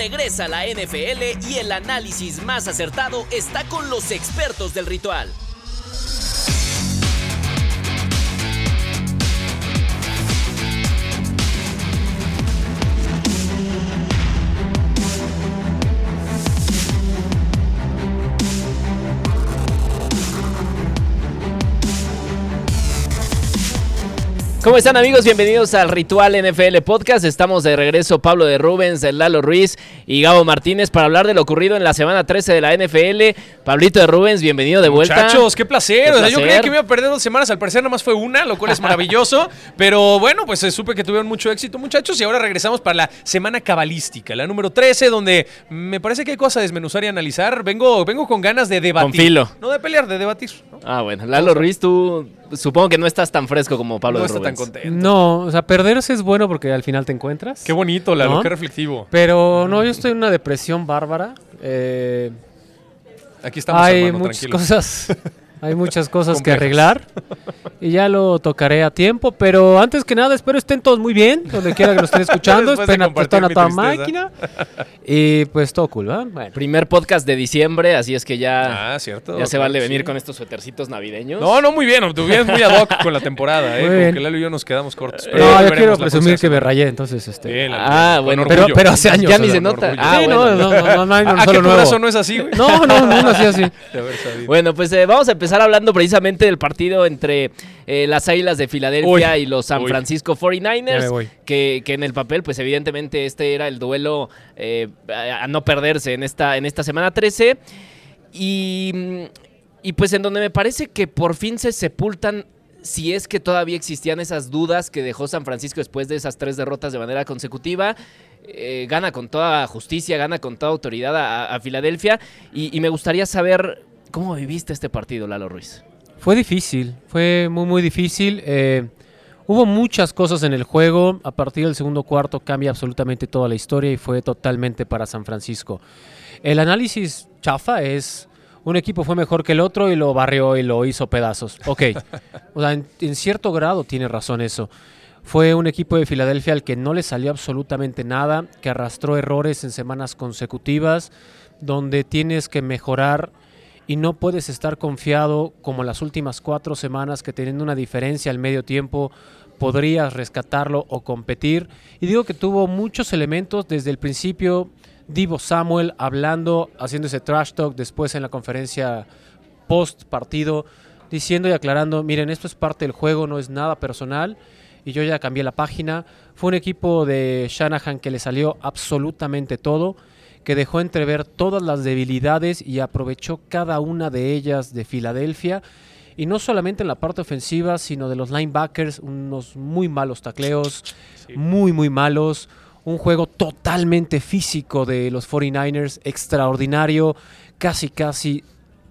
Regresa la NFL y el análisis más acertado está con los expertos del ritual. ¿Cómo están, amigos? Bienvenidos al Ritual NFL Podcast. Estamos de regreso Pablo de Rubens, Lalo Ruiz y Gabo Martínez para hablar de lo ocurrido en la semana 13 de la NFL. Pablito de Rubens, bienvenido de vuelta. Muchachos, qué placer. Yo creía que me iba a perder 2 semanas, al parecer nada más fue una, lo cual es maravilloso. Pero bueno, pues supe que tuvieron mucho éxito, muchachos, y ahora regresamos para la semana cabalística, la número 13, donde me parece que hay cosas a desmenuzar y analizar. Vengo con ganas de debatir. Con filo. No de pelear, de debatir, ¿no? Ah, bueno. Lalo Ruiz, tú supongo que no estás tan fresco como Pablo de Rubens. No está tan contento. No, o sea, perderse es bueno porque al final te encuentras. Qué bonito, Lalo, ¿no? Qué reflexivo. Pero no, yo estoy en una depresión bárbara. Aquí estamos, hay hermano, muchas tranquilo. cosas, hay muchas cosas que Complejas. arreglar y ya lo tocaré a tiempo. Pero antes que nada, espero estén todos muy bien, donde quiera que lo estén escuchando. Después de Esperen compartir a mi toda tristeza. máquina. Y pues todo cool, ¿verdad? Bueno. Primer podcast de diciembre, así es que ya Cierto. se claro vale que venir sí. con estos suétercitos navideños. No, muy bien. Tú vienes muy ad hoc con la temporada, Muy como bien. que Lalo y yo nos quedamos cortos. Pero No, ya yo veremos quiero la presumir próxima que me semana. rayé, entonces Bien, Lalo, Ah, con bueno, orgullo. pero hace años. ya ni o sea, se nota. orgullo. Ah, sí, bueno. no hay un ¿A solo qué tu nuevo. brazo no es así, güey? No nací así. De haber sabido. Bueno, pues vamos a empezar hablando precisamente del partido entre las Águilas de Filadelfia y los San Francisco Ya me 49ers, voy. que en el papel, pues evidentemente este era el duelo a no perderse en esta semana 13. Y pues en donde me parece que por fin se sepultan, si es que todavía existían esas dudas que dejó San Francisco después de esas 3 derrotas de manera consecutiva. Gana con toda justicia, gana con toda autoridad a Filadelfia. Y me gustaría saber cómo viviste este partido, Lalo Ruiz. Fue difícil, fue muy muy difícil. Hubo muchas cosas en el juego. A partir del segundo cuarto cambia absolutamente toda la historia y fue totalmente para San Francisco. El análisis chafa es: un equipo fue mejor que el otro y lo barrió y lo hizo pedazos. Ok, o sea, en cierto grado tiene razón eso. Fue un equipo de Filadelfia al que no le salió absolutamente nada, que arrastró errores en semanas consecutivas, donde tienes que mejorar y no puedes estar confiado como las últimas 4 semanas que teniendo una diferencia al medio tiempo podrías rescatarlo o competir. Y digo que tuvo muchos elementos desde el principio. Deebo Samuel hablando, haciendo ese trash talk después en la conferencia post partido, diciendo y aclarando: miren, esto es parte del juego, no es nada personal. Y yo ya cambié la página. Fue un equipo de Shanahan que le salió absolutamente todo, que dejó entrever todas las debilidades y aprovechó cada una de ellas de Filadelfia. Y no solamente en la parte ofensiva, sino de los linebackers, unos muy malos tacleos, muy malos. Un juego totalmente físico de los 49ers, extraordinario, casi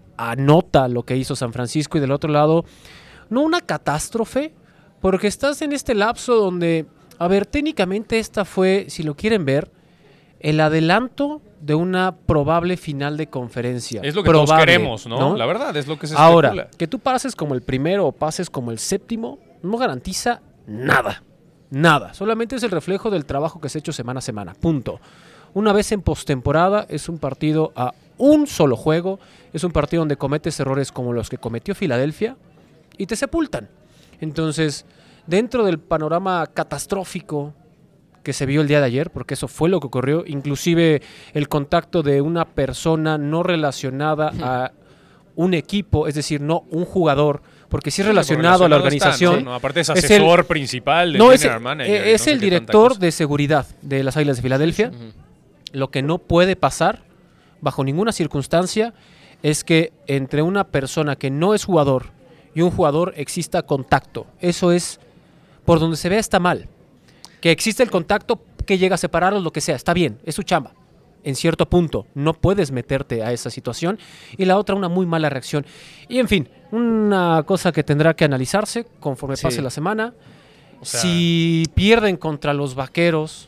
anota lo que hizo San Francisco. Y del otro lado, no una catástrofe, porque estás en este lapso donde, a ver, técnicamente esta fue, si lo quieren ver, el adelanto de una probable final de conferencia. Es lo que todos queremos, ¿no? La verdad, es lo que se Ahora, especula. que tú pases como el primero o pases como el séptimo, no garantiza nada. Nada. Solamente es el reflejo del trabajo que se ha hecho semana a semana. Punto. Una vez en postemporada es un partido a un solo juego. Es un partido donde cometes errores como los que cometió Filadelfia y te sepultan. Entonces, dentro del panorama catastrófico que se vio el día de ayer, porque eso fue lo que ocurrió, inclusive el contacto de una persona no relacionada a un equipo, es decir, no un jugador, porque sí es relacionado a la organización. Está, ¿no? Aparte es asesor principal del general manager. Es el director de seguridad de las Águilas de Filadelfia. Lo que no puede pasar, bajo ninguna circunstancia, es que entre una persona que no es jugador y un jugador exista contacto. Eso es, por donde se vea está mal. Que existe el contacto, que llega a separarlos, lo que sea, está bien, es su chamba. En cierto punto, no puedes meterte a esa situación. Y la otra, una muy mala reacción. Y en fin, una cosa que tendrá que analizarse conforme pase la semana. O sea, si pierden contra los Vaqueros,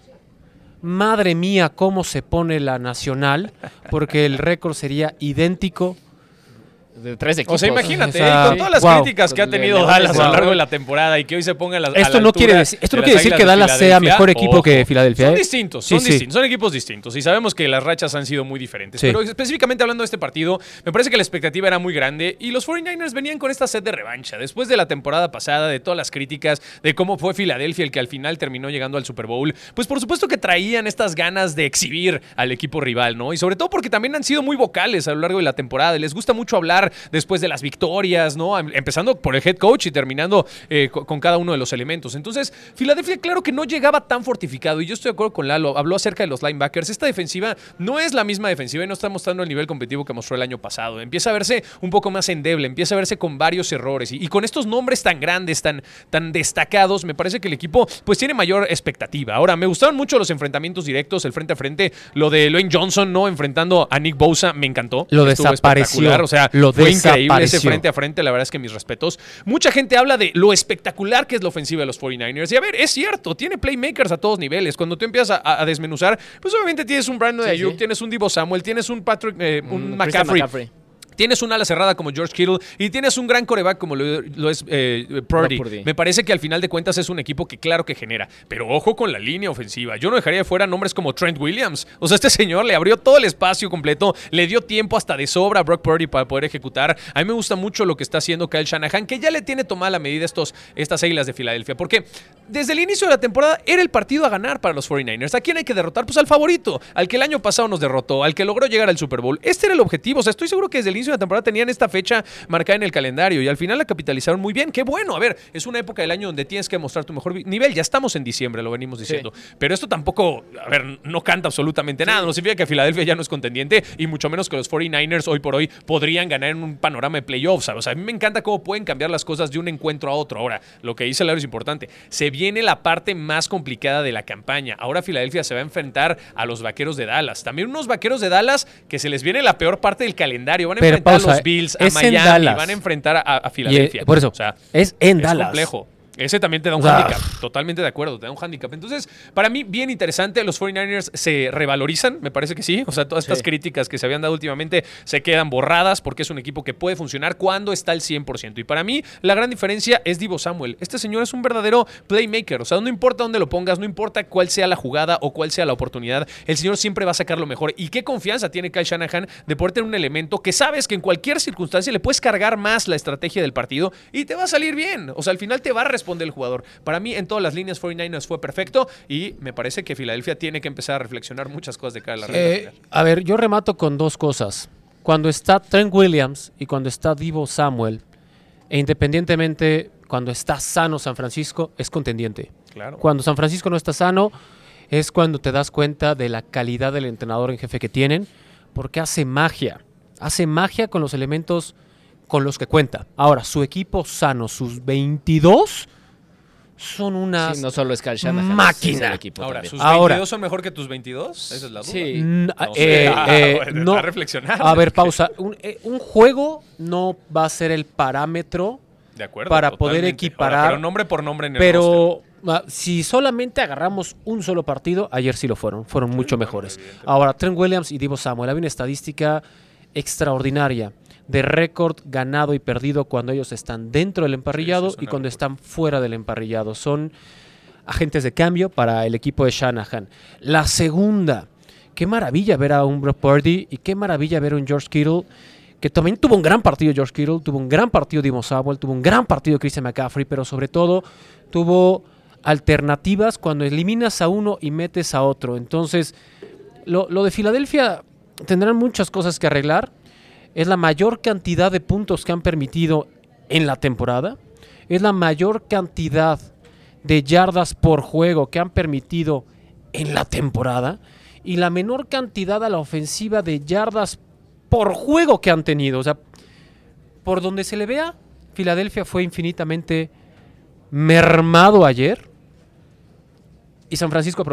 madre mía, cómo se pone la nacional, porque el récord sería idéntico. de 3 equipos. O sea, imagínate, O sea, con todas las críticas que ha tenido Dallas a lo largo de la temporada y que hoy se ponga Esto no quiere decir que Dallas sea mejor equipo que Filadelfia. Son distintos, son equipos distintos y sabemos que las rachas han sido muy diferentes. Sí. Pero específicamente hablando de este partido, me parece que la expectativa era muy grande y los 49ers venían con esta sed de revancha. Después de la temporada pasada, de todas las críticas, de cómo fue Filadelfia el que al final terminó llegando al Super Bowl, pues por supuesto que traían estas ganas de exhibir al equipo rival, ¿no? Y sobre todo porque también han sido muy vocales a lo largo de la temporada. Les gusta mucho hablar después de las victorias, ¿no? Empezando por el head coach y terminando con cada uno de los elementos. Entonces, Filadelfia, claro que no llegaba tan fortificado y yo estoy de acuerdo con Lalo. Habló acerca de los linebackers. Esta defensiva no es la misma defensiva y no está mostrando el nivel competitivo que mostró el año pasado. Empieza a verse un poco más endeble, empieza a verse con varios errores y con estos nombres tan grandes, tan destacados, me parece que el equipo pues tiene mayor expectativa. Ahora, me gustaron mucho los enfrentamientos directos, el frente a frente, lo de Lane Johnson, ¿no? Enfrentando a Nick Bosa, me encantó. Lo desapareció. O sea, fue increíble ese frente a frente, la verdad es que mis respetos. Mucha gente habla de lo espectacular que es la ofensiva de los 49ers. Y a ver, es cierto, tiene playmakers a todos niveles. Cuando tú empiezas a desmenuzar, pues obviamente tienes un Brandon Ayuk, tienes un Deebo Samuel, tienes un Patrick, un McCaffrey. Tienes un ala cerrada como George Kittle y tienes un gran coreback como lo es Purdy. Me parece que al final de cuentas es un equipo que claro que genera. Pero ojo con la línea ofensiva. Yo no dejaría de fuera nombres como Trent Williams. O sea, este señor le abrió todo el espacio completo, le dio tiempo hasta de sobra a Brock Purdy para poder ejecutar. A mí me gusta mucho lo que está haciendo Kyle Shanahan, que ya le tiene tomada la medida estas Águilas de Filadelfia. Porque desde el inicio de la temporada era el partido a ganar para los 49ers. ¿A quién hay que derrotar? Pues al favorito, al que el año pasado nos derrotó, al que logró llegar al Super Bowl. Este era el objetivo. O sea, estoy seguro que desde el inicio de la temporada tenían esta fecha marcada en el calendario y al final la capitalizaron muy bien. Qué bueno, a ver, es una época del año donde tienes que mostrar tu mejor nivel. Ya estamos en diciembre, lo venimos diciendo. Sí. Pero esto tampoco, a ver, no canta absolutamente nada. No significa que Filadelfia ya no es contendiente y mucho menos que los 49ers hoy por hoy podrían ganar en un panorama de playoffs. O sea, a mí me encanta cómo pueden cambiar las cosas de un encuentro a otro. Ahora, lo que dice Laro es importante. Se viene la parte más complicada de la campaña. Ahora Filadelfia se va a enfrentar a los Vaqueros de Dallas. También unos Vaqueros de Dallas que se les viene la peor parte del calendario. Van a enfrentar a los Bills, a Miami, van a enfrentar a Filadelfia. Por eso, o sea, es en Dallas. Complejo. Ese también te da un hándicap. Totalmente de acuerdo, te da un hándicap. Entonces, para mí, bien interesante. Los 49ers se revalorizan, me parece que sí. O sea, todas estas críticas que se habían dado últimamente se quedan borradas porque es un equipo que puede funcionar cuando está al 100%. Y para mí, la gran diferencia es Deebo Samuel. Este señor es un verdadero playmaker. O sea, no importa dónde lo pongas, no importa cuál sea la jugada o cuál sea la oportunidad, el señor siempre va a sacar lo mejor. Y qué confianza tiene Kyle Shanahan de poder tener un elemento que sabes que en cualquier circunstancia le puedes cargar más la estrategia del partido y te va a salir bien. O sea, al final te va a responder el jugador. Para mí, en todas las líneas, 49ers fue perfecto y me parece que Filadelfia tiene que empezar a reflexionar muchas cosas de cara a la realidad. A ver, yo remato con dos cosas. Cuando está Trent Williams y cuando está Deebo Samuel, e independientemente, cuando está sano San Francisco, es contendiente. Claro. Cuando San Francisco no está sano, es cuando te das cuenta de la calidad del entrenador en jefe que tienen, porque hace magia con los elementos con los que cuenta. Ahora, su equipo sano, sus 22 son unas no solo es Kyle Shanahan, máquina. Es equipo ahora, también. ¿sus 22 son mejor que tus 22? Esa es la duda. Sí. No, a reflexionar. A ver, pausa. Un juego no va a ser el parámetro de acuerdo, para poder equiparar. Ahora, pero nombre por nombre en el roster. Si solamente agarramos un solo partido, ayer sí lo fueron mucho mejores. Ahora, Trent Williams y Deebo Samuel, había una estadística extraordinaria de récord ganado y perdido cuando ellos están dentro del emparrillado y cuando están fuera del emparrillado. Son agentes de cambio para el equipo de Shanahan. La segunda, qué maravilla ver a un Brock Purdy y qué maravilla ver a un George Kittle, que también tuvo un gran partido George Kittle, tuvo un gran partido Deebo Samuel, tuvo un gran partido Christian McCaffrey, pero sobre todo tuvo alternativas cuando eliminas a uno y metes a otro. Entonces, lo de Filadelfia tendrán muchas cosas que arreglar. Es la mayor cantidad de puntos que han permitido en la temporada. Es la mayor cantidad de yardas por juego que han permitido en la temporada. Y la menor cantidad a la ofensiva de yardas por juego que han tenido. O sea, por donde se le vea, Filadelfia fue infinitamente mermado ayer. Y San Francisco aprovechó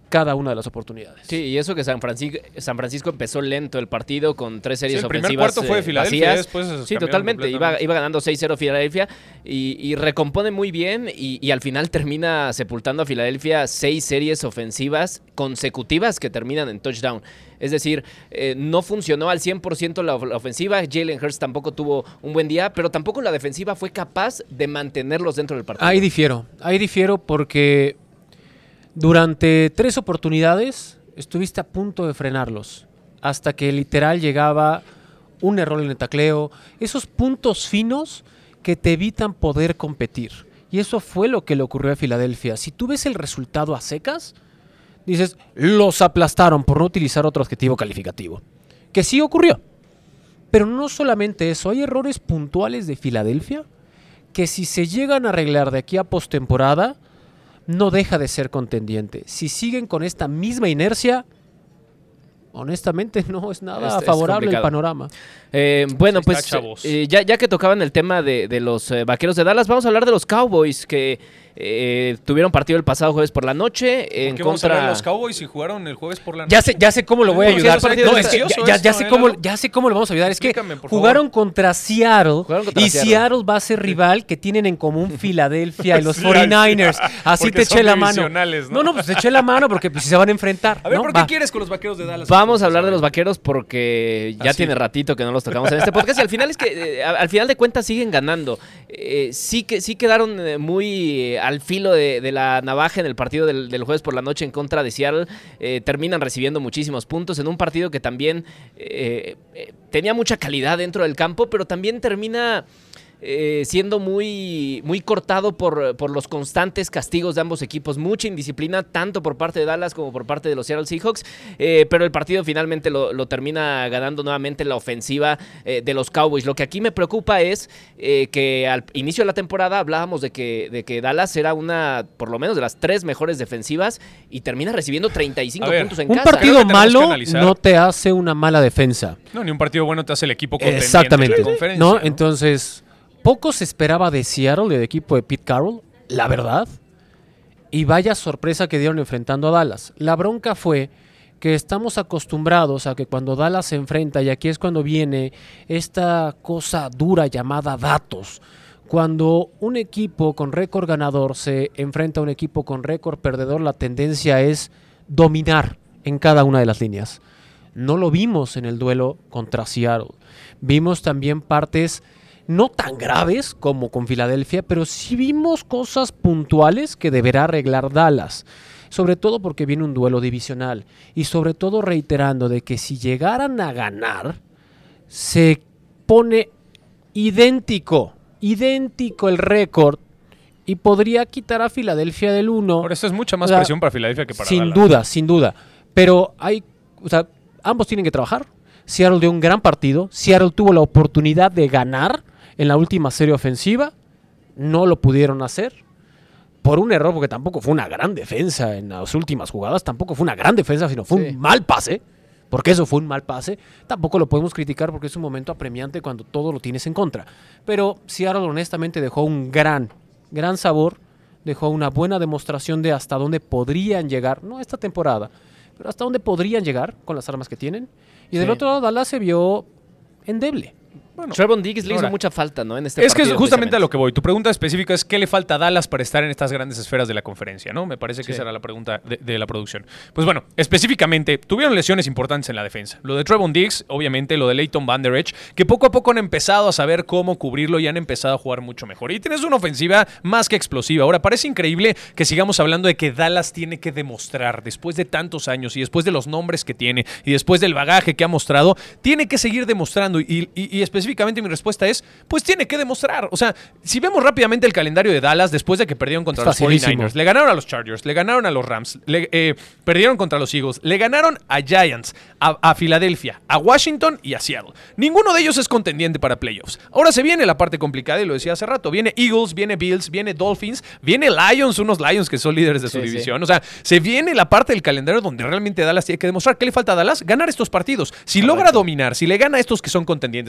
cada una de las oportunidades. Sí, y eso que San Francisco empezó lento el partido con 3 series ofensivas. El primer cuarto fue de Filadelfia, después sí, totalmente. Iba ganando 6-0 Filadelfia y recompone muy bien y al final termina sepultando a Filadelfia 6 series ofensivas consecutivas que terminan en touchdown. Es decir, no funcionó al 100% la ofensiva. Jalen Hurts tampoco tuvo un buen día, pero tampoco la defensiva fue capaz de mantenerlos dentro del partido. Ahí difiero porque durante 3 oportunidades estuviste a punto de frenarlos, hasta que literal llegaba un error en el tacleo, esos puntos finos que te evitan poder competir. Y eso fue lo que le ocurrió a Filadelfia. Si tú ves el resultado a secas, dices, los aplastaron, por no utilizar otro adjetivo calificativo. Que sí ocurrió. Pero no solamente eso, hay errores puntuales de Filadelfia que si se llegan a arreglar de aquí a postemporada, no deja de ser contendiente. Si siguen con esta misma inercia, honestamente no es nada favorable el panorama. Bueno, pues ya que tocaban el tema de los Vaqueros de Dallas, vamos a hablar de los Cowboys que tuvieron partido el pasado jueves por la noche. ¿Por qué vamos a hablar de los Cowboys y jugaron el jueves por la noche? Ya sé cómo lo voy a ayudar. Ya sé cómo lo vamos a ayudar. Es que jugaron contra Seattle y Seattle va a ser rival que tienen en común Filadelfia y los 49ers. Así te eché la mano. No, pues te eché la mano porque pues, si se van a enfrentar. A ver, ¿por qué quieres con los Vaqueros de Dallas? Vamos a hablar de los Vaqueros porque ya tiene ratito que no los tocamos en este podcast y al final es que al final de cuentas siguen ganando. Sí quedaron muy al filo de la navaja en el partido del jueves por la noche en contra de Seattle. Terminan recibiendo muchísimos puntos en un partido que también tenía mucha calidad dentro del campo, pero también termina siendo muy, muy cortado por los constantes castigos de ambos equipos, mucha indisciplina tanto por parte de Dallas como por parte de los Seattle Seahawks, pero el partido finalmente lo termina ganando nuevamente la ofensiva de los Cowboys. Lo que aquí me preocupa es que al inicio de la temporada hablábamos de que Dallas era una, por lo menos de las 3 mejores defensivas y termina recibiendo 35 puntos en casa. Un partido malo no te hace una mala defensa. No, ni un partido bueno te hace el equipo contendiente. Exactamente. En la conferencia, ¿no? Entonces, poco se esperaba de Seattle, del equipo de Pete Carroll, la verdad. Y vaya sorpresa que dieron enfrentando a Dallas. La bronca fue que estamos acostumbrados a que cuando Dallas se enfrenta, y aquí es cuando viene esta cosa dura llamada datos, cuando un equipo con récord ganador se enfrenta a un equipo con récord perdedor, la tendencia es dominar en cada una de las líneas. No lo vimos en el duelo contra Seattle. Vimos también partes no tan graves como con Filadelfia, pero sí vimos cosas puntuales que deberá arreglar Dallas. Sobre todo porque viene un duelo divisional. Y sobre todo reiterando de que si llegaran a ganar, se pone idéntico el récord y podría quitar a Filadelfia del 1. Por eso es mucha más presión para Filadelfia que para Dallas. Sin duda. Pero ambos tienen que trabajar. Seattle dio un gran partido. Seattle tuvo la oportunidad de ganar en la última serie ofensiva. No lo pudieron hacer. Por un error, porque tampoco fue una gran defensa en las últimas jugadas. Tampoco fue una gran defensa, sino fue un mal pase. Porque eso fue un mal pase. Tampoco lo podemos criticar porque es un momento apremiante cuando todo lo tienes en contra. Pero Seattle honestamente dejó un gran sabor. Dejó una buena demostración de hasta dónde podrían llegar. No esta temporada, pero hasta dónde podrían llegar con las armas que tienen. Y del otro lado, Dallas se vio endeble. Bueno, Trevon Diggs le hizo mucha falta, ¿no? En este partido. Es que es justamente a lo que voy. Tu pregunta específica es ¿qué le falta a Dallas para estar en estas grandes esferas de la conferencia, ¿no? Me parece que esa era la pregunta de la producción. Pues bueno, específicamente, tuvieron lesiones importantes en la defensa. Lo de Trevon Diggs, obviamente, lo de Leighton Vander Esch, que poco a poco han empezado a saber cómo cubrirlo y han empezado a jugar mucho mejor. Y tienes una ofensiva más que explosiva. Ahora, parece increíble que sigamos hablando de que Dallas tiene que demostrar, después de tantos años y después de los nombres que tiene y después del bagaje que ha mostrado, tiene que seguir demostrando. Y específicamente mi respuesta es, pues tiene que demostrar. O sea, si vemos rápidamente el calendario de Dallas después de que perdieron contra los 49ers, le ganaron a los Chargers, le ganaron a los Rams, perdieron contra los Eagles, le ganaron a Giants, a Filadelfia, a Washington y a Seattle. Ninguno de ellos es contendiente para playoffs. Ahora se viene la parte complicada y lo decía hace rato. Viene Eagles, viene Bills, viene Dolphins, viene Lions, unos Lions que son líderes de su división. O sea, se viene la parte del calendario donde realmente Dallas tiene que demostrar. ¿Qué le falta a Dallas? Ganar estos partidos. Si logra dominar, si le gana a estos que son contendientes o que por lo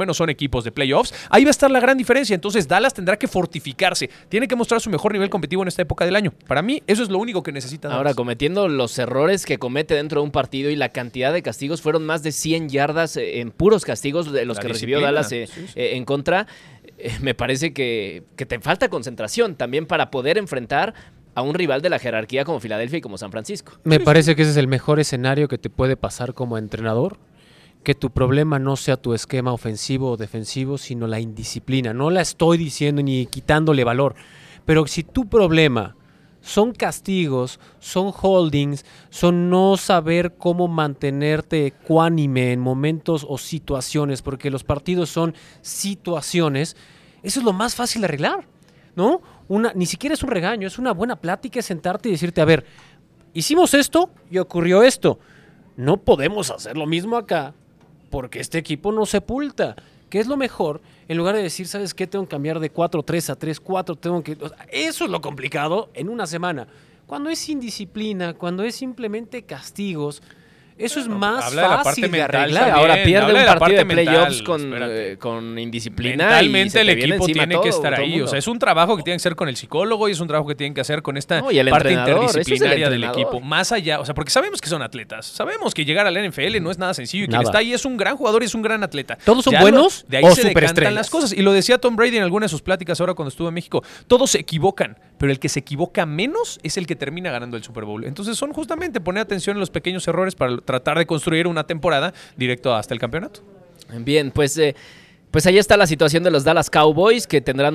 menos son equipos de playoffs, ahí va a estar la gran diferencia. Entonces Dallas tendrá que fortificarse, tiene que mostrar su mejor nivel competitivo en esta época del año. Para mí, eso es lo único que necesita Dallas. Ahora, cometiendo los errores que comete dentro de un partido y la cantidad de castigos, fueron más de 100 yardas en puros castigos de los que recibió Dallas en contra. Me parece que te falta concentración también para poder enfrentar a un rival de la jerarquía como Filadelfia y como San Francisco. Me parece que ese es el mejor escenario que te puede pasar como entrenador, que tu problema no sea tu esquema ofensivo o defensivo, sino la indisciplina. No la estoy diciendo ni quitándole valor, pero si tu problema son castigos, son holdings, son no saber cómo mantenerte ecuánime en momentos o situaciones, porque los partidos son situaciones, eso es lo más fácil de arreglar, ¿no? Ni siquiera es un regaño, es una buena plática, es sentarte y decirte, a ver, hicimos esto y ocurrió esto. No podemos hacer lo mismo acá porque este equipo nos sepulta. ¿Qué es lo mejor? En lugar de decir, ¿sabes qué? Tengo que cambiar de 4-3 a 3-4. Eso es lo complicado en una semana. Cuando es indisciplina, cuando es simplemente castigos, eso es más fácil de arreglar. También. Ahora pierde un partido de playoffs con indisciplina. Mentalmente el equipo tiene que estar ahí. O sea, es un trabajo que tienen que hacer con el psicólogo y es un trabajo que tienen que hacer con esta parte interdisciplinaria del equipo. Más allá, o sea, porque sabemos que son atletas. Sabemos que llegar al NFL no es nada sencillo y quien está ahí es un gran jugador y es un gran atleta. ¿Todos son buenos de ahí o se decantan superestrellas? las cosas. Y lo decía Tom Brady en alguna de sus pláticas ahora cuando estuvo en México. Todos se equivocan, pero el que se equivoca menos es el que termina ganando el Super Bowl. Entonces son justamente poner atención en los pequeños errores para tratar de construir una temporada directo hasta el campeonato. Bien, pues ahí está la situación de los Dallas Cowboys, que tendrán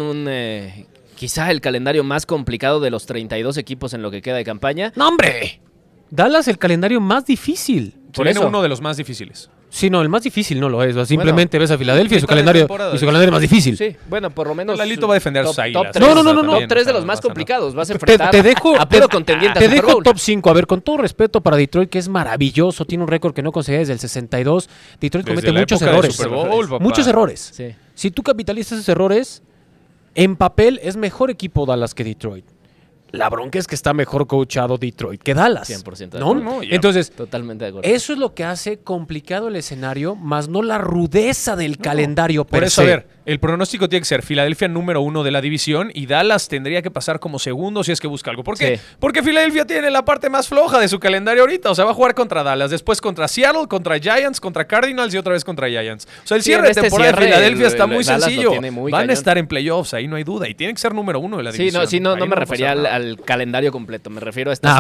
quizá el calendario más complicado de los 32 equipos en lo que queda de campaña. ¡No, hombre! Dallas el calendario más difícil. Tiene uno de los más difíciles. Sí, no, el más difícil no lo es. Simplemente ves a Filadelfia y su calendario es más difícil. Sí, bueno, por lo menos. Lalito va a defender a sus Águilas. No. Top 3 de los más complicados. Vas a enfrentar a puro contendiente. Te dejo top 5. A ver, con todo respeto para Detroit, que es maravilloso, tiene un récord que no conseguía desde el 62. Detroit comete muchos errores. Muchos errores. Sí. Si tú capitalizas esos errores, en papel es mejor equipo Dallas que Detroit. La bronca es que está mejor coachado Detroit que Dallas. 100% de acuerdo. ¿No? Entonces, totalmente de acuerdo. Eso es lo que hace complicado el escenario, más no la rudeza del calendario por eso, a ver, el pronóstico tiene que ser Filadelfia número 1 de la división y Dallas tendría que pasar como segundo si es que busca algo. ¿Por qué? Sí. Porque Filadelfia tiene la parte más floja de su calendario ahorita. O sea, va a jugar contra Dallas, después contra Seattle, contra Giants, contra Cardinals y otra vez contra Giants. O sea, el cierre de temporada de Filadelfia está muy sencillo. Van a estar en playoffs, ahí no hay duda. Y tiene que ser número 1 de la división. No me refería al calendario completo. Me refiero a esta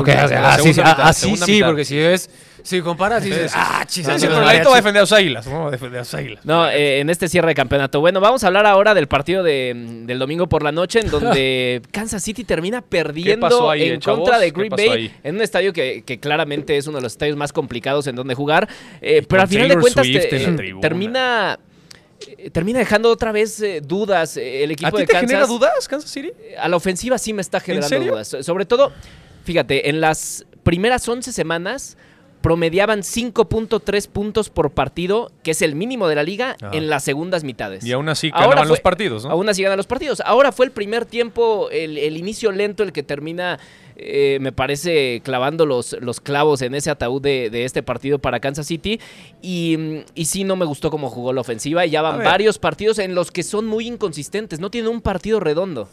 así sí, porque si comparas dices, pero Lalito va a defender a sus Águilas. Vamos a defender a sus Águilas. No, en este cierre de campeonato. Bueno, vamos a hablar ahora del partido del domingo por la noche, en donde Kansas City termina perdiendo en contra de Green Bay en un estadio que claramente es uno de los estadios más complicados en donde jugar. Pero al final de cuentas termina dejando otra vez dudas el equipo de Kansas. ¿A ti te genera dudas, Kansas City? A la ofensiva sí me está generando dudas. Sobre todo, fíjate, en las primeras 11 semanas promediaban 5.3 puntos por partido, que es el mínimo de la liga, en las segundas mitades. Y aún así ganaban los partidos, ¿no? Aún así ganan los partidos. Ahora fue el primer tiempo, el inicio lento, el que termina, me parece, clavando los clavos en ese ataúd de este partido para Kansas City. Y sí, no me gustó cómo jugó la ofensiva. Y ya van varios partidos en los que son muy inconsistentes. No tienen un partido redondo.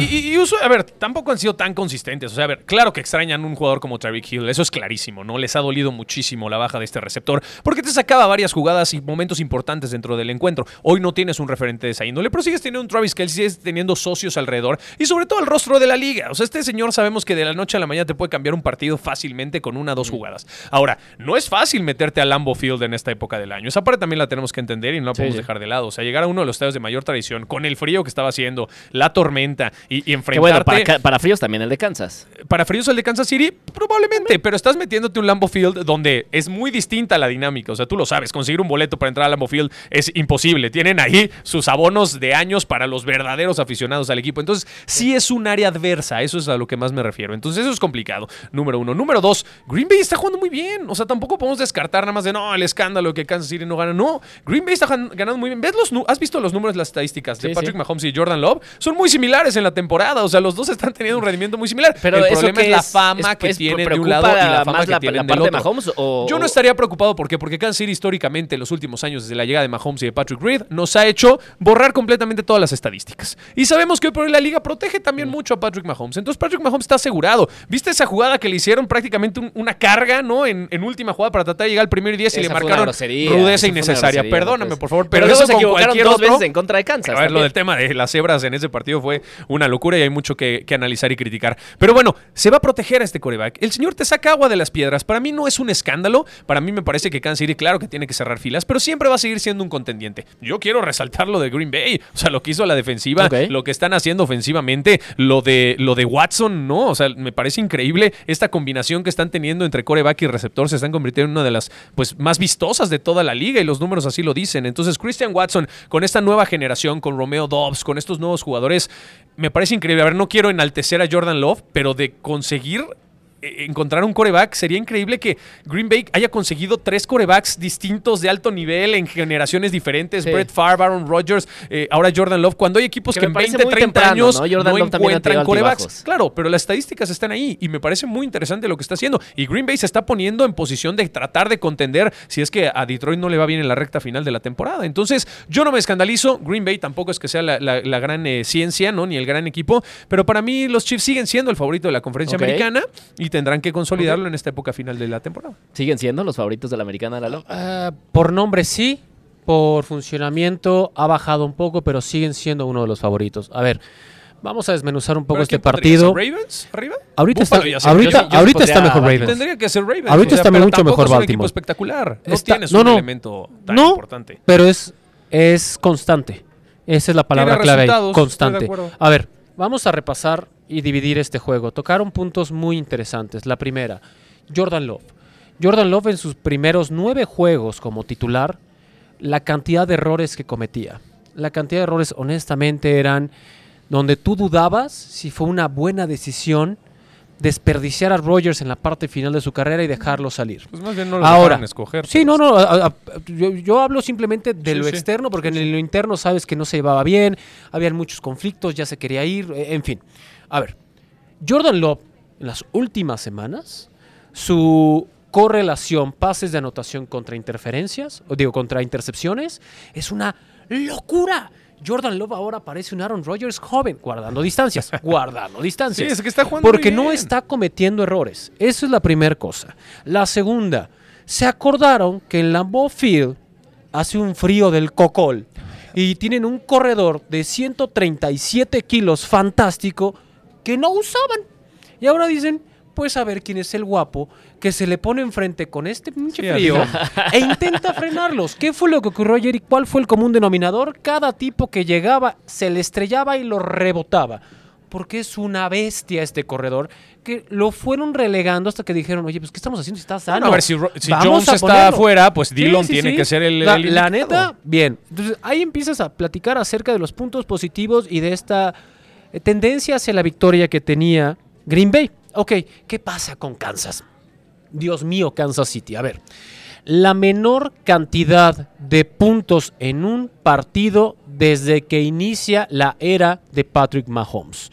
A ver, tampoco han sido tan consistentes. O sea, a ver, claro que extrañan un jugador como Tyreek Hill. Eso es clarísimo, ¿no? Les ha dolido muchísimo la baja de este receptor, porque te sacaba varias jugadas y momentos importantes dentro del encuentro. Hoy no tienes un referente de esa índole, pero sigues teniendo un Travis Kelce, sigues teniendo socios alrededor y sobre todo el rostro de la liga. O sea, este señor sabemos que de la noche a la mañana te puede cambiar un partido fácilmente con 1 o 2 jugadas. Ahora, no es fácil meterte a Lambeau Field en esta época del año. Esa parte también la tenemos que entender y no la podemos dejar de lado. O sea, llegar a uno de los estadios de mayor tradición, con el frío que estaba haciendo, la tormenta y enfrentarte... Que bueno, para fríos también el de Kansas. Para fríos el de Kansas City, probablemente, pero estás metiéndote un Lambeau Field donde es muy distinta la dinámica. O sea, tú lo sabes, conseguir un boleto para entrar a Lambeau Field es imposible. Tienen ahí sus abonos de años para los verdaderos aficionados al equipo. Entonces, sí es un área adversa. Eso es a lo que más me refiero. Entonces eso es complicado, número 1. Número 2, Green Bay está jugando muy bien. O sea, tampoco podemos descartar nada más de no, el escándalo que Kansas City no gana. No, Green Bay está ganando muy bien. ¿Has visto los números, las estadísticas de Patrick Mahomes y Jordan Love? Son muy similares en la temporada. O sea, los dos están teniendo un rendimiento muy similar. Pero el problema es la fama que tienen de un lado y la fama que tienen del otro. De Mahomes, Yo no estaría preocupado. ¿Por qué? Porque Kansas City históricamente en los últimos años desde la llegada de Mahomes y de Patrick Reed nos ha hecho borrar completamente todas las estadísticas. Y sabemos que hoy por hoy la liga protege también mucho a Patrick Mahomes. Entonces Patrick Mahomes está asegurado. ¿Viste esa jugada que le hicieron prácticamente una carga, ¿no? En última jugada para tratar de llegar al primer 10 y le marcaron rudeza innecesaria. Perdóname, por favor. Pero eso se equivocaron dos veces en contra de Kansas. A ver, lo del tema de las cebras en ese partido fue una locura y hay mucho que analizar y criticar. Pero bueno, se va a proteger a este quarterback. El señor te saca agua de las piedras. Para mí no es un escándalo. Para mí me parece que Kansas City, claro que tiene que cerrar filas, pero siempre va a seguir siendo un contendiente. Yo quiero resaltar lo de Green Bay. O sea, lo que hizo a la defensiva, lo que están haciendo ofensivamente, lo de Watson, ¿no? O sea, me parece increíble esta combinación que están teniendo entre quarterback y receptor. Se están convirtiendo en una de las más vistosas de toda la liga y los números así lo dicen. Entonces, Christian Watson, con esta nueva generación, con Romeo Doubs, con estos nuevos jugadores, me parece increíble. A ver, no quiero enaltecer a Jordan Love, pero de conseguir encontrar un quarterback, sería increíble que Green Bay haya conseguido 3 quarterbacks distintos de alto nivel en generaciones diferentes. Brett Favre, Aaron Rodgers, ahora Jordan Love, cuando hay equipos que en 20, 30 años no encuentran quarterbacks. Claro, pero las estadísticas están ahí y me parece muy interesante lo que está haciendo. Y Green Bay se está poniendo en posición de tratar de contender si es que a Detroit no le va bien en la recta final de la temporada. Entonces, yo no me escandalizo. Green Bay tampoco es que sea la gran ciencia, ¿no? Ni el gran equipo, pero para mí los Chiefs siguen siendo el favorito de la conferencia americana y tendrán que consolidarlo en esta época final de la temporada. ¿Siguen siendo los favoritos de la americana, Lalo? Por nombre sí, por funcionamiento ha bajado un poco, pero siguen siendo uno de los favoritos. A ver, vamos a desmenuzar un poco este partido. ¿Ravens arriba? Ahorita está mejor Ravens. Tendría que ser Ravens. Ahorita está mucho mejor Baltimore. Es un equipo espectacular. No tienes un elemento tan importante. Pero es constante. Esa es la palabra clave ahí. Constante. A ver, vamos a repasar y dividir este juego. Tocaron puntos muy interesantes. La primera, Jordan Love. Jordan Love en sus primeros 9 juegos como titular, la cantidad de errores que cometía. La cantidad de errores, honestamente, eran donde tú dudabas si fue una buena decisión desperdiciar a Rodgers en la parte final de su carrera y dejarlo salir. Pues más bien no lo dejaron escoger. Sí, yo hablo simplemente de lo externo, porque en lo interno sabes que no se llevaba bien, habían muchos conflictos, ya se quería ir, en fin. A ver, Jordan Love, en las últimas semanas, su correlación pases de anotación contra contra intercepciones, es una locura. Jordan Love ahora parece un Aaron Rodgers joven, guardando distancias. Sí, es que está jugando porque muy bien. No está cometiendo errores. Esa es la primera cosa. La segunda, se acordaron que en Lambeau Field hace un frío del cocol y tienen un corredor de 137 kilos fantástico que no usaban. Y ahora dicen, pues a ver quién es el guapo que se le pone enfrente con este pinche frío e intenta frenarlos. ¿Qué fue lo que ocurrió ayer y cuál fue el común denominador? Cada tipo que llegaba se le estrellaba y lo rebotaba. Porque es una bestia este corredor que lo fueron relegando hasta que dijeron, oye, pues ¿qué estamos haciendo si está sano? Bueno, a ver, si Jones está afuera, pues Dillon tiene que ser el la neta, bien. Entonces ahí empiezas a platicar acerca de los puntos positivos y de esta tendencia hacia la victoria que tenía Green Bay. Ok, ¿qué pasa con Kansas? Dios mío, Kansas City. A ver, la menor cantidad de puntos en un partido desde que inicia la era de Patrick Mahomes.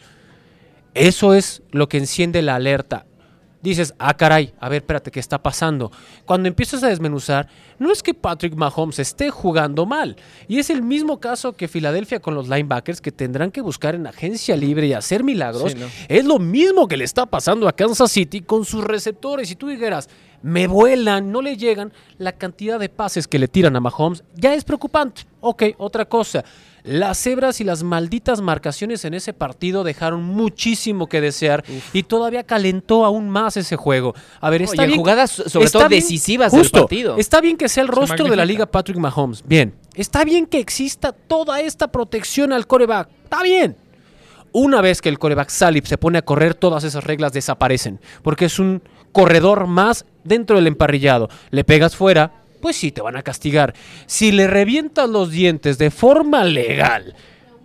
Eso es lo que enciende la alerta. Dices, caray, a ver, espérate, ¿qué está pasando? Cuando empiezas a desmenuzar, no es que Patrick Mahomes esté jugando mal. Y es el mismo caso que Filadelfia con los linebackers, que tendrán que buscar en agencia libre y hacer milagros. Sí, ¿no? Es lo mismo que le está pasando a Kansas City con sus receptores. Si tú dijeras, me vuelan, no le llegan, la cantidad de pases que le tiran a Mahomes ya es preocupante. Ok, otra cosa. Las cebras y las malditas marcaciones en ese partido dejaron muchísimo que desear. Y todavía calentó aún más ese juego. A ver, está bien. Jugadas sobre todo decisivas del partido. Está bien que sea el rostro de la liga Patrick Mahomes. Bien. Está bien que exista toda esta protección al quarterback. Está bien. Una vez que el quarterback sale y se pone a correr, todas esas reglas desaparecen. Porque es un corredor más dentro del emparrillado. Le pegas fuera, pues sí, te van a castigar. Si le revientas los dientes de forma legal,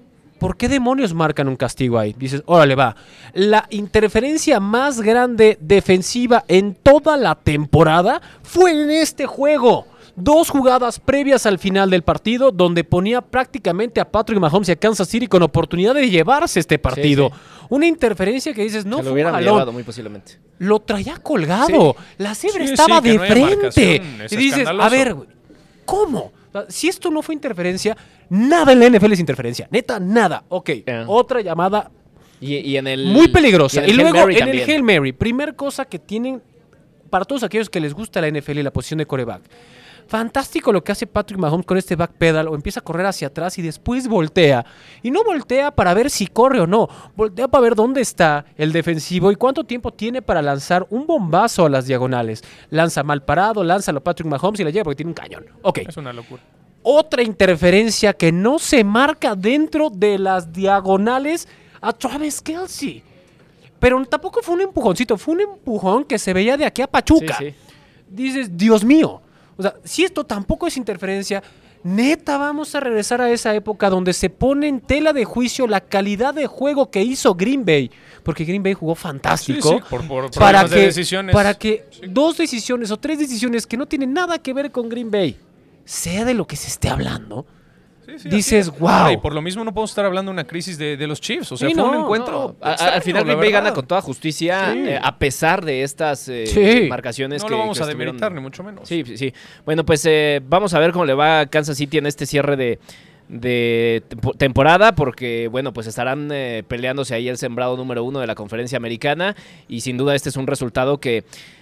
¿por qué demonios marcan un castigo ahí? Dices, órale, va. La interferencia más grande defensiva en toda la temporada fue en este juego. 2 jugadas previas al final del partido donde ponía prácticamente a Patrick Mahomes y a Kansas City con oportunidad de llevarse este partido. Sí. Una interferencia que dices, no se fue lo hubieran un jalón. Llevado muy posiblemente. Lo traía colgado. Sí. La cebra estaba de frente. Y dices, a ver, ¿cómo? Si esto no fue interferencia, nada en la NFL es interferencia. Neta, nada. Ok, otra llamada y en el, muy peligrosa. Y luego en también. El Hail Mary, primer cosa que tienen para todos aquellos que les gusta la NFL y la posición de quarterback. Fantástico lo que hace Patrick Mahomes con este backpedal, o empieza a correr hacia atrás y después voltea. Y no voltea para ver si corre o no, voltea para ver dónde está el defensivo y cuánto tiempo tiene para lanzar un bombazo a las diagonales. Lanza mal parado, lánzalo a Patrick Mahomes y la lleva porque tiene un cañón. Ok. Es una locura. Otra interferencia que no se marca dentro de las diagonales a Travis Kelce. Pero tampoco fue un empujoncito, fue un empujón que se veía de aquí a Pachuca. Sí. Dices, Dios mío. O sea, si esto tampoco es interferencia, neta vamos a regresar a esa época donde se pone en tela de juicio la calidad de juego que hizo Green Bay, porque Green Bay jugó fantástico. Sí, por problemas de decisiones. Para que 2 decisiones o 3 decisiones que no tienen nada que ver con Green Bay, sea de lo que se esté hablando, dices, wow. Y por lo mismo no podemos estar hablando de una crisis de los Chiefs. O sea, fue un encuentro. No. Al final Green Bay gana con toda justicia, a pesar de estas marcaciones no que lo vamos a demeritar, demeritar, ni mucho menos. Sí. Bueno, pues vamos a ver cómo le va a Kansas City en este cierre de temporada, porque bueno, pues estarán peleándose ahí el sembrado número 1 de la conferencia americana, y sin duda este es un resultado que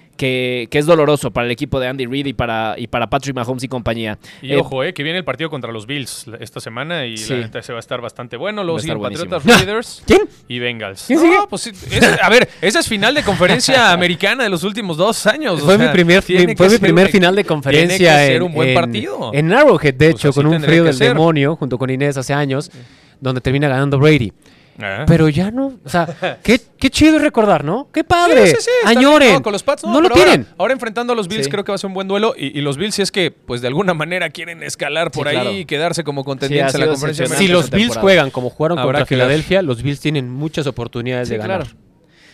es doloroso para el equipo de Andy Reid y para Patrick Mahomes y compañía. Y ojo, que viene el partido contra los Bills esta semana y la neta se va a estar bastante bueno. Luego siguen Patriotas, Raiders y Bengals. ¿Quién sigue? Pues, a ver, esa es final de conferencia americana de los últimos 2 años. Fue mi primer final de conferencia. Tiene que ser un buen partido. En Arrowhead, de hecho, con un frío del demonio, junto con Inés hace años, donde termina ganando Brady. Pero ya no, o sea, qué chido es recordar, ¿no? ¡Qué padre! Sí, añoren. Con los Pats no lo tienen. Ahora enfrentando a los Bills creo que va a ser un buen duelo, y los Bills, si es que pues de alguna manera quieren escalar por ahí y quedarse como contendientes en la conferencia. Si los Bills juegan como jugaron contra Filadelfia, los Bills tienen muchas oportunidades de ganar. Claro.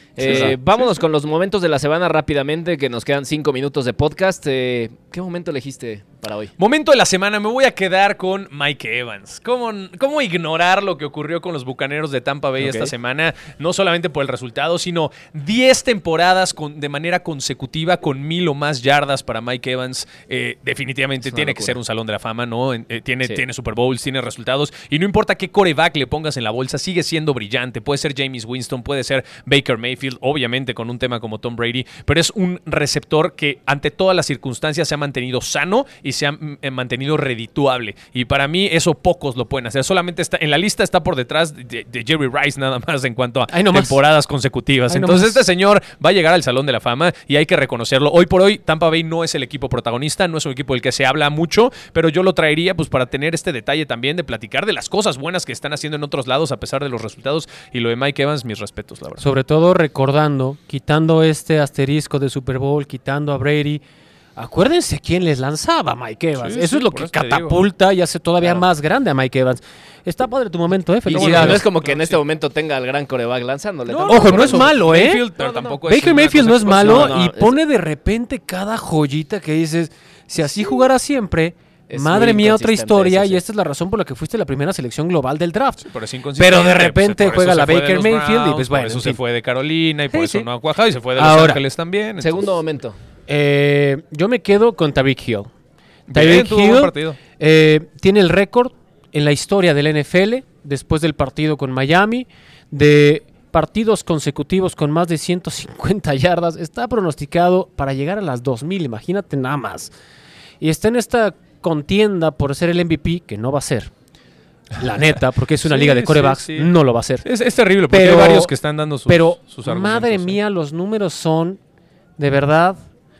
Vámonos con los momentos de la semana rápidamente, que nos quedan 5 minutos de podcast. ¿Qué momento elegiste para hoy? Momento de la semana, me voy a quedar con Mike Evans. ¿Cómo ignorar lo que ocurrió con los Bucaneros de Tampa Bay esta semana? No solamente por el resultado, sino 10 temporadas de manera consecutiva con 1000 o más yardas para Mike Evans. Definitivamente tiene que ser un salón de la fama, ¿no? Tiene Super Bowls, tiene resultados, y no importa qué quarterback le pongas en la bolsa, sigue siendo brillante. Puede ser Jameis Winston, puede ser Baker Mayfield, obviamente con un tema como Tom Brady, pero es un receptor que ante todas las circunstancias se ha mantenido sano y se ha mantenido redituable, y para mí eso pocos lo pueden hacer. Solamente está en la lista, está por detrás de Jerry Rice nada más en cuanto a temporadas consecutivas. Entonces este señor va a llegar al Salón de la Fama y hay que reconocerlo. Hoy por hoy Tampa Bay no es el equipo protagonista, no es un equipo del que se habla mucho, pero yo lo traería pues para tener este detalle también de platicar de las cosas buenas que están haciendo en otros lados a pesar de los resultados. Y lo de Mike Evans, mis respetos, la verdad. Sobre todo recordando, quitando este asterisco de Super Bowl, quitando a Brady, acuérdense quién les lanzaba a Mike Evans. Eso es lo que catapulta y hace todavía más grande a Mike Evans. Está padre tu momento, felicidades. No es como que en este momento tenga al gran coreback lanzándole. Ojo, no es malo, Baker Mayfield no es malo, y pone de repente cada joyita que dices, si así jugara siempre... Madre mía, otra historia, y esta es la razón por la que fuiste la primera selección global del draft. Pero de repente juega la Baker Mayfield y pues bueno. Por eso se fue de Carolina y por eso no ha cuajado, y se fue de Los Ángeles también. Entonces. Segundo momento. Yo me quedo con Tyreek Hill. Tyreek Hill tiene el récord en la historia del NFL, después del partido con Miami, de partidos consecutivos con más de 150 yardas. Está pronosticado para llegar a las 2000, imagínate nada más. Y está en esta contienda por ser el MVP, que no va a ser, la neta, porque es una liga de quarterbacks, no lo va a hacer. Es terrible, porque hay varios que están dando sus argumentos. Madre mía, los números son de verdad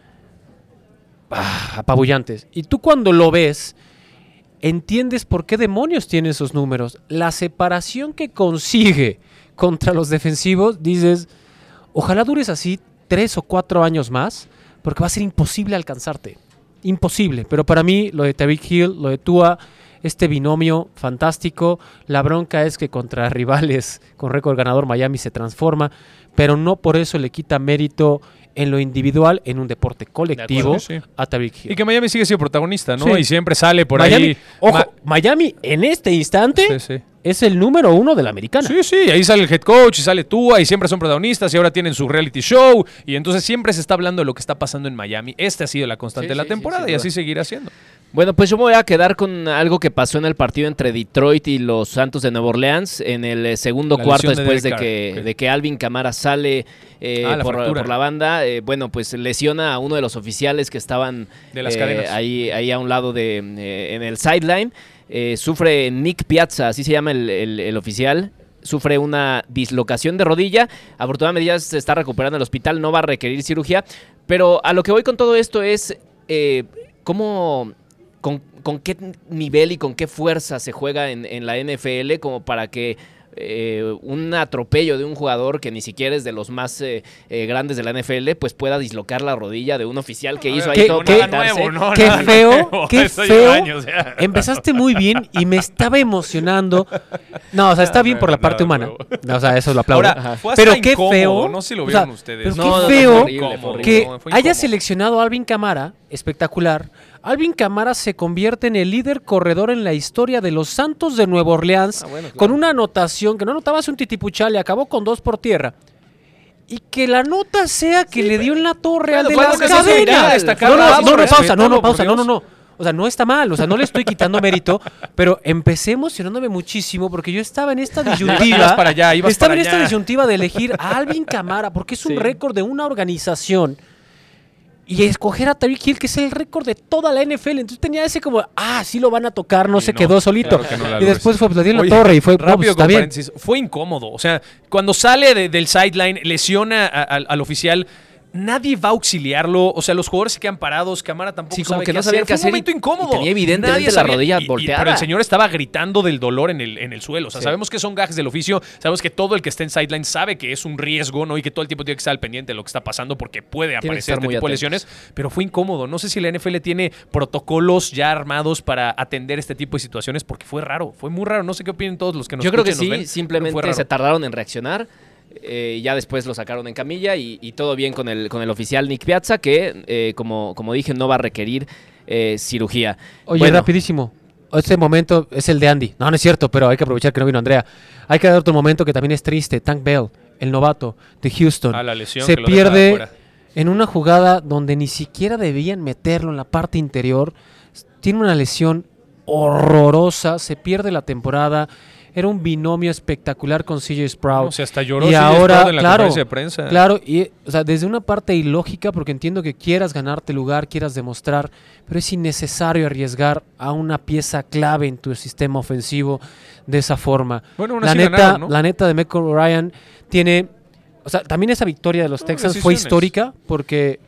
apabullantes. Y tú cuando lo ves, entiendes por qué demonios tiene esos números. La separación que consigue contra los defensivos, dices, ojalá dures así 3 o 4 años más, porque va a ser imposible alcanzarte. Imposible, pero para mí lo de Tyreek Hill, lo de Tua, este binomio fantástico. La bronca es que contra rivales con récord ganador Miami se transforma, pero no por eso le quita mérito en lo individual, en un deporte colectivo, a Tyreek Hill. Y que Miami sigue siendo protagonista, ¿no? Sí. Y siempre sale por Miami, ahí. Ojo, Miami en este instante es el número 1 de la americana. Sí, ahí sale el head coach y sale Tua y siempre son protagonistas y ahora tienen su reality show y entonces siempre se está hablando de lo que está pasando en Miami. Esta ha sido la constante de la temporada y así seguirá siendo. Bueno, pues yo me voy a quedar con algo que pasó en el partido entre Detroit y los Santos de Nueva Orleans en el segundo cuarto después de que Alvin Kamara sale por la banda. Bueno, pues lesiona a uno de los oficiales que estaban de las cadenas. Ahí a un lado en el sideline. Sufre Nick Piazza, así se llama el oficial. Sufre una dislocación de rodilla. Afortunadamente ya se está recuperando en el hospital, no va a requerir cirugía. Pero a lo que voy con todo esto es cómo... Con qué nivel y con qué fuerza se juega en la NFL como para que un atropello de un jugador que ni siquiera es de los más grandes de la NFL pues pueda dislocar la rodilla de un oficial que hizo ahí todo para quitarse. Qué feo. Empezaste muy bien y me estaba emocionando. No, o sea, está bien por la parte humana. No, o sea, eso lo aplaudo. Pero qué feo. No sé si lo vieron ustedes. Pero qué feo que haya seleccionado a Alvin Kamara, espectacular. Alvin Kamara se convierte en el líder corredor en la historia de los Santos de Nueva Orleans con una anotación que no anotabas un titipuchal y acabó con 2 por tierra. Y que la nota sea que le dio en la torre al de las cadenas. No. O sea, no está mal, o sea, no le estoy quitando mérito, pero empecé emocionándome muchísimo porque yo estaba en esta disyuntiva. Esta disyuntiva de elegir a Alvin Kamara porque es un récord de una organización. Y escoger a Tyreek Hill, que es el récord de toda la NFL. Entonces tenía ese como, sí lo van a tocar, no se quedó solito. Claro y después fue, le dio en la torre y fue, rápido, está bien. Fue incómodo. O sea, cuando sale del sideline, lesiona al oficial, nadie va a auxiliarlo. O sea, los jugadores se quedan parados. Kamara tampoco sabe qué hacer. Fue un momento incómodo. Y tenía evidentemente la rodilla volteada. Pero el señor estaba gritando del dolor en el suelo. O sea, sabemos que son gajes del oficio. Sabemos que todo el que está en sideline sabe que es un riesgo, ¿no? Y que todo el tiempo tiene que estar al pendiente de lo que está pasando porque puede aparecer este tipo de lesiones. Pero fue incómodo. No sé si la NFL tiene protocolos ya armados para atender este tipo de situaciones porque fue raro. Fue muy raro. No sé qué opinan todos los que nos escuchan. Yo creo que sí. Simplemente se tardaron en reaccionar. Ya después lo sacaron en camilla y todo bien con el oficial Nick Piazza que como dije no va a requerir cirugía. Oye, rapidísimo, este momento es el de Andy. No es cierto, pero hay que aprovechar que no vino Andrea. Hay que dar otro momento que también es triste. Tank Bell, el novato de Houston, la lesión se pierde en una jugada donde ni siquiera debían meterlo en la parte interior. Tiene una lesión horrorosa, se pierde la temporada. Era un binomio espectacular con CJ Sprout. No, hasta lloró y ahora, en la conferencia de prensa. Claro, y o sea, desde una parte ilógica, porque entiendo que quieras ganarte lugar, quieras demostrar, pero es innecesario arriesgar a una pieza clave en tu sistema ofensivo de esa forma. Bueno, la neta de Michael Ryan tiene, o sea, también esa victoria de los Texans fue histórica porque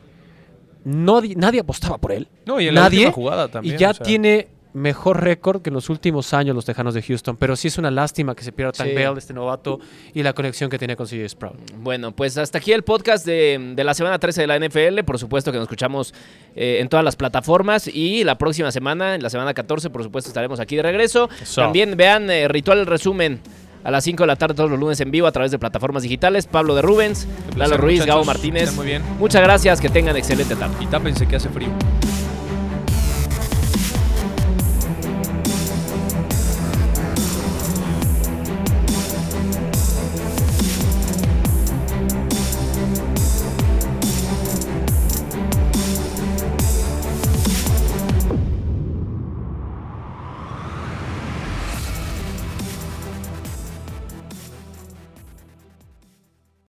nadie apostaba por él. No, y en la última jugada también. Y ya tiene mejor récord que en los últimos años los Tejanos de Houston, pero sí es una lástima que se pierda Tank Bell, este novato, y la conexión que tenía con CJ Sprout. Bueno, pues hasta aquí el podcast de la semana 13 de la NFL. Por supuesto que nos escuchamos en todas las plataformas y la próxima semana, en la semana 14, por supuesto estaremos aquí de regreso. También vean Ritual Resumen a las 5 de la tarde todos los lunes en vivo a través de plataformas digitales. Pablo de Rubens, Lalo Ruiz, Gabo Martínez. Muy bien. Muchas gracias, que tengan excelente tarde. Y tápense que hace frío.